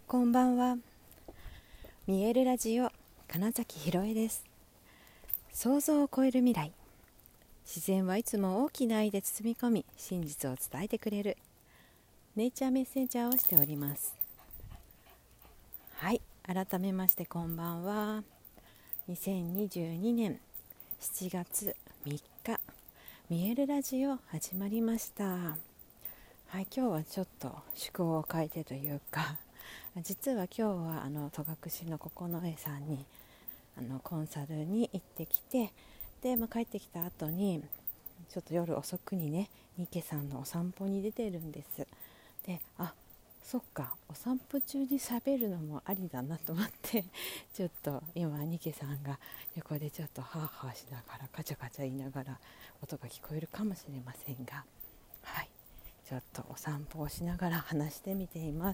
こんばんは。見えるラジオ金崎ひろえです。想像を超える未来。自然はいつも大きな愛で包み込み、真実を伝えてくれるネイチャーメッセンジャーをしております。はい、改めましてこんばんは。2022年7月3日見えるラジオ始まりました。はい、今日はちょっと趣向を変えてというか、実は今日は戸隠の九重さんにコンサルに行ってきて、で、帰ってきた後にちょっと夜遅くにね、ニケさんのお散歩に出てるんです。で、そっか、お散歩中に喋るのもありだなと思ってちょっと今ニケさんが横でちょっとハーハーしながらカチャカチャ言いながら音が聞こえるかもしれませんが、はい、ちょっとお散歩をしながら話してみています。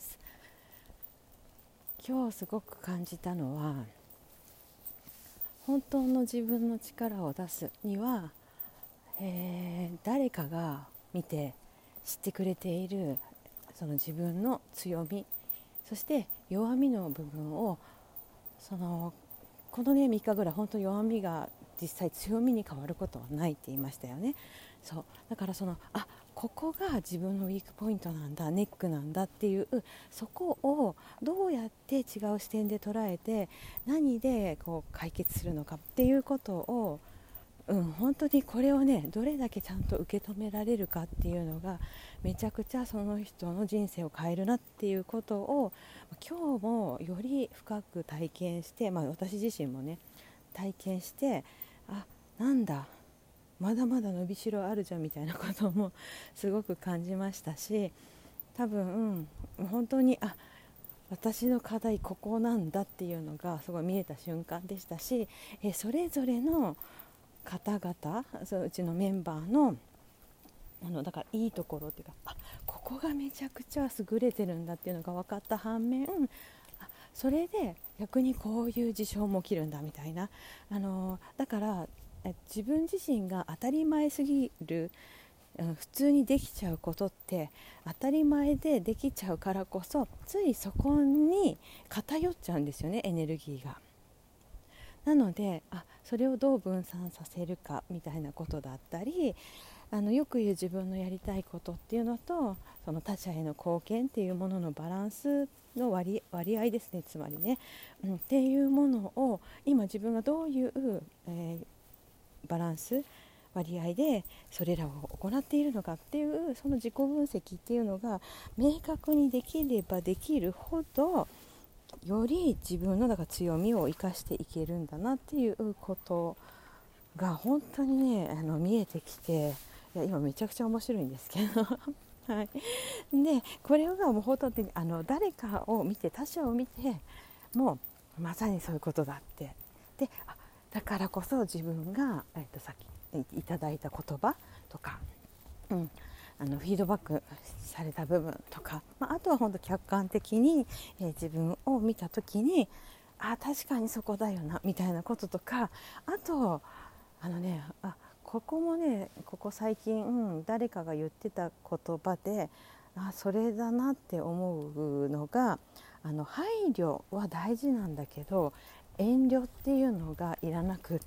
今日すごく感じたのは、本当の自分の力を出すには、誰かが見て知ってくれているその自分の強み、そして弱みの部分をこのね3日ぐらい本当に弱みが実際強みに変わることはないって言いましたよね。そうだからここが自分のウィークポイントなんだ、ネックなんだっていう、そこをどうやって違う視点で捉えて何でこう解決するのかっていうことを、本当にこれをねどれだけちゃんと受け止められるかっていうのがめちゃくちゃその人の人生を変えるなっていうことを今日もより深く体験して、私自身もね体験して、なんだまだまだ伸びしろあるじゃんみたいなこともすごく感じましたし、多分、本当に私の課題ここなんだっていうのがすごい見えた瞬間でしたし、それぞれの方々、うちのメンバーのだからいいところっていうか、ここがめちゃくちゃ優れてるんだっていうのが分かった反面、それで逆にこういう事象も起きるんだみたいな、だから自分自身が当たり前すぎる、普通にできちゃうことって当たり前でできちゃうからこそ、ついそこに偏っちゃうんですよね、エネルギーが。なのでそれをどう分散させるかみたいなことだったり、よく言う自分のやりたいことっていうのとその他者への貢献っていうもののバランスの割合ですね、つまりね、っていうものを今自分がどういう、バランス割合でそれらを行っているのかっていうその自己分析っていうのが明確にできればできるほど、より自分の強みを生かしていけるんだなっていうことが本当にね見えてきて、今めちゃくちゃ面白いんですけどはい、でこれがもう本当に誰かを見て、他者を見てもうまさにそういうことだってで、だからこそ自分が、さっきいただいた言葉とか、フィードバックされた部分とか、あとは本当客観的に、自分を見た時に確かにそこだよなみたいなこととか、あとここもね、ここ最近、誰かが言ってた言葉でそれだなって思うのが、配慮は大事なんだけど遠慮っていうのがいらなくって、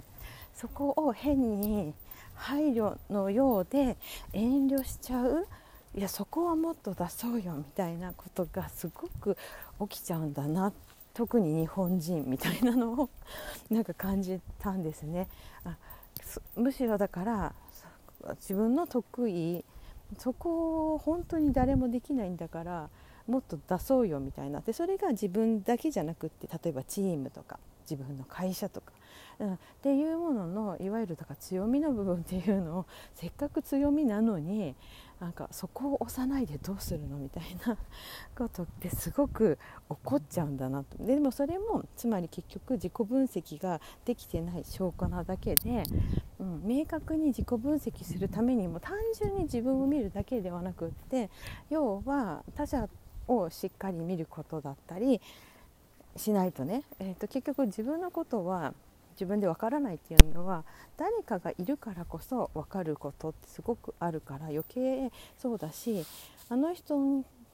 そこを変に配慮のようで遠慮しちゃう、いやそこはもっと出そうよみたいなことがすごく起きちゃうんだな、特に日本人みたいなのを感じたんですね。むしろだから自分の得意、そこを本当に誰もできないんだからもっと出そうよみたいな、でそれが自分だけじゃなくって、例えばチームとか自分の会社とか、っていうもののいわゆる強みの部分っていうのを、せっかく強みなのにそこを押さないでどうするのみたいなことってすごく起こっちゃうんだなと。でもそれもつまり結局自己分析ができてない証拠なだけで、明確に自己分析するためにも単純に自分を見るだけではなくって、要は他者をしっかり見ることだったりしないとね、結局自分のことは自分でわからないっていうのは、誰かがいるからこそわかることってすごくあるから余計そうだし、あの人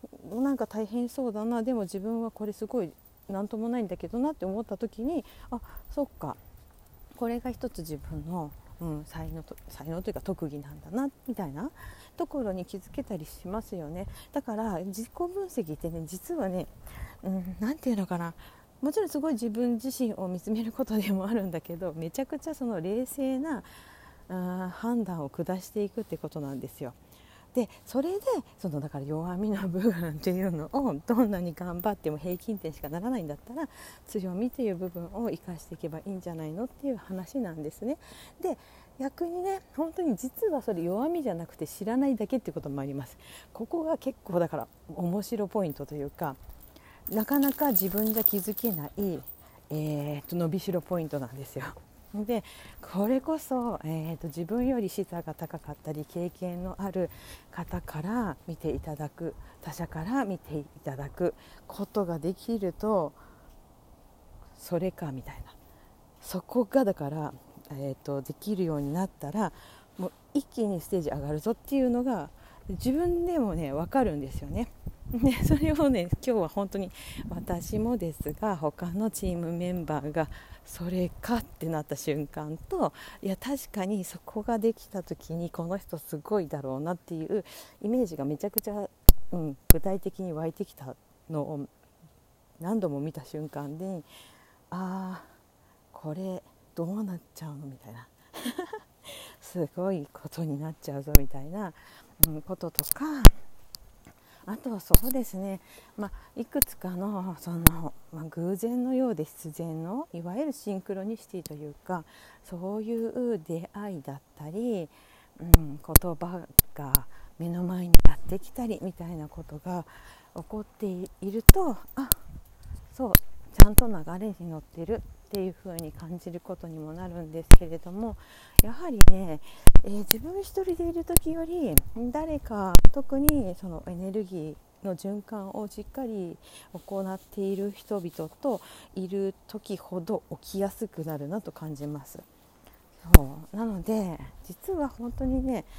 なんか大変そうだな、でも自分はこれすごいなんともないんだけどなって思った時に、あ、そっか、これが一つ自分の、才能というか特技なんだなみたいなところに気づけたりしますよね。だから自己分析ってね、実はね、なんていうのかな、もちろんすごい自分自身を見つめることでもあるんだけど、めちゃくちゃその冷静な判断を下していくってことなんですよ。でそれでだから弱みの部分っていうのをどんなに頑張っても平均点しかならないんだったら、強みっていう部分を生かしていけばいいんじゃないのっていう話なんですね。で逆にね、本当に実はそれ弱みじゃなくて知らないだけっていうこともあります。ここが結構だから面白ポイントというか、なかなか自分じゃ気づけない、伸びしろポイントなんですよ。でこれこそ、自分より視座が高かったり経験のある方から見ていただく、他者から見ていただくことができると、それかみたいな、そこがだから、できるようになったら、もう一気にステージ上がるぞっていうのが自分でもね分かるんですよね。でそれをね、今日は本当に私もですが他のチームメンバーがそれかってなった瞬間と、いや確かにそこができた時にこの人すごいだろうなっていうイメージがめちゃくちゃ、具体的に湧いてきたのを何度も見た瞬間で、あーこれどうなっちゃうのみたいなすごいことになっちゃうぞみたいな、こととか、あとはそうですね、いくつかの偶然のようで必然のいわゆるシンクロニシティというか、そういう出会いだったり、言葉が目の前にやってきたりみたいなことが起こっていると、そうちゃんと流れに乗ってるっていう風に感じることにもなるんですけれども、やはりね、自分一人でいる時より誰か、特にそのエネルギーの循環をしっかり行っている人々といる時ほど起きやすくなるなと感じます。そうなので実は本当にね、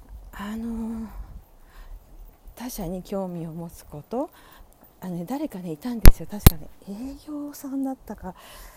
他者に興味を持つこと、誰かねいたんですよ。確かね営業さんだったか、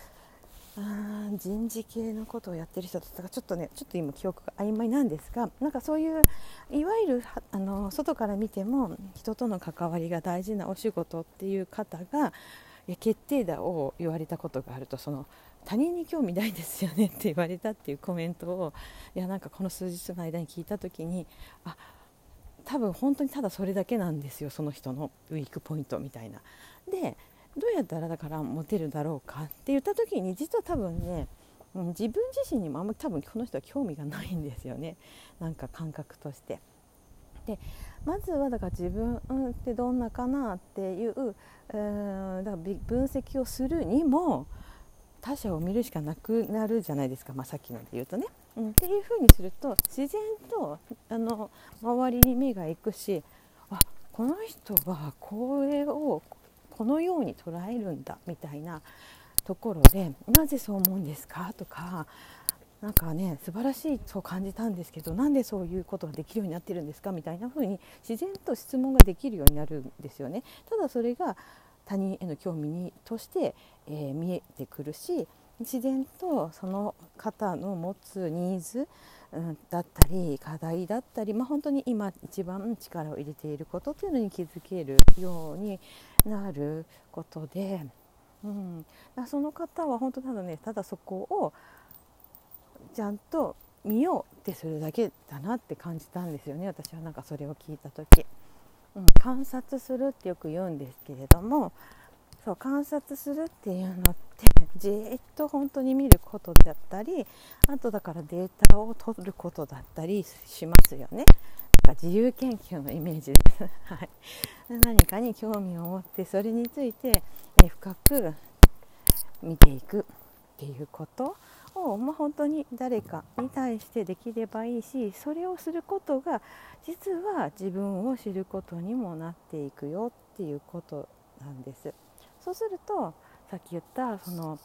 人事系のことをやってる人だったか、ちょっと今記憶が曖昧なんですが、なんかそういういわゆる外から見ても人との関わりが大事なお仕事っていう方が、決定打を言われたことがあると、他人に興味ないですよねって言われたっていうコメントを、なんかこの数日の間に聞いた時に、多分本当にただそれだけなんですよ、その人のウィークポイントみたいな。でどうやったらだからモテるだろうかって言った時に、実は多分ね、自分自身にもあんまり多分この人は興味がないんですよね、なんか感覚として。でまずはだから自分ってどんなかなっていう、だから分析をするにも他者を見るしかなくなるじゃないですか、さっきので言うとね、っていう風にすると自然と周りに目が行くし、この人はこれをこのように捉えるんだみたいなところで、なぜそう思うんですかとか、なんかね素晴らしいと感じたんですけど、なんでそういうことができるようになってるんですかみたいな風に自然と質問ができるようになるんですよね。ただそれが他人への興味として、見えてくるし、自然とその方の持つニーズ、だったり課題だったり、本当に今一番力を入れていることというのに気づけるようになることで、その方は本当ただそこをちゃんと見ようってするだけだなって感じたんですよね。私はなんかそれを聞いた時、観察するってよく言うんですけれども、そう観察するっていうのってじーっと本当に見ることだったり、あとだからデータを取ることだったりしますよね。自由研究のイメージです、はい、何かに興味を持ってそれについて深く見ていくっていうことを、本当に誰かに対してできればいいし、それをすることが実は自分を知ることにもなっていくよっていうことなんです。そうするとさっき言った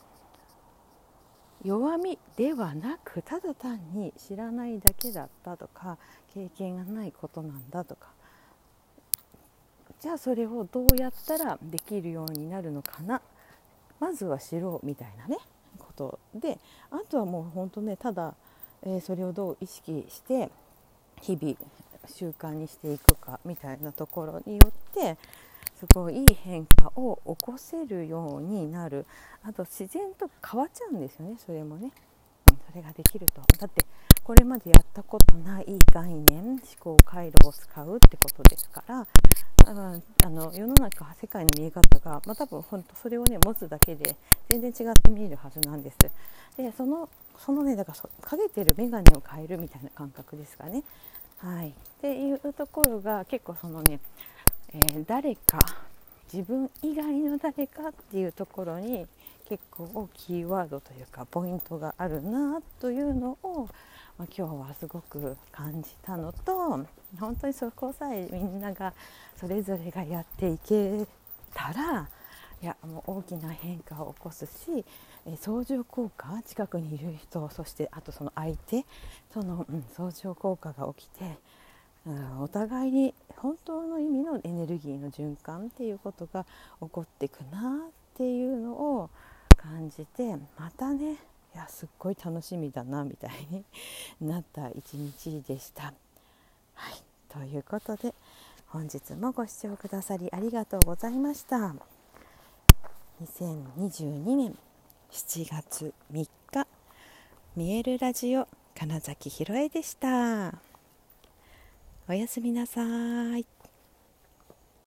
弱みではなく、ただ単に知らないだけだったとか経験がないことなんだとかじゃあそれをどうやったらできるようになるのかな、まずは知ろうみたいなねことで、あとはもう本当ね、ただ、それをどう意識して日々習慣にしていくかみたいなところによってすごいいい変化を起こせるようになる。あと自然と変わっちゃうんですよね、それもね、それができると。だってこれまでやったことない概念、思考回路を使うってことですから、世の中世界の見え方が、多分本当それをね持つだけで全然違って見えるはずなんです。でそのね、だからかけてる眼鏡を変えるみたいな感覚ですかね。はい、っていうところが結構そのね、誰か自分以外の誰かっていうところに結構キーワードというかポイントがあるなというのを、今日はすごく感じたのと、本当にそこさえみんながそれぞれがやっていけたら、いやもう大きな変化を起こすし、相乗効果、近くにいる人、そしてあとその相手との、相乗効果が起きて、お互いに本当の意味のエネルギーの循環っていうことが起こっていくなっていうのを感じて、またね、いやすっごい楽しみだなみたいになった一日でした。はい、ということで本日もご視聴くださりありがとうございました。2022年7月3日見えるラジオ金崎ひろえでした。おやすみなさい。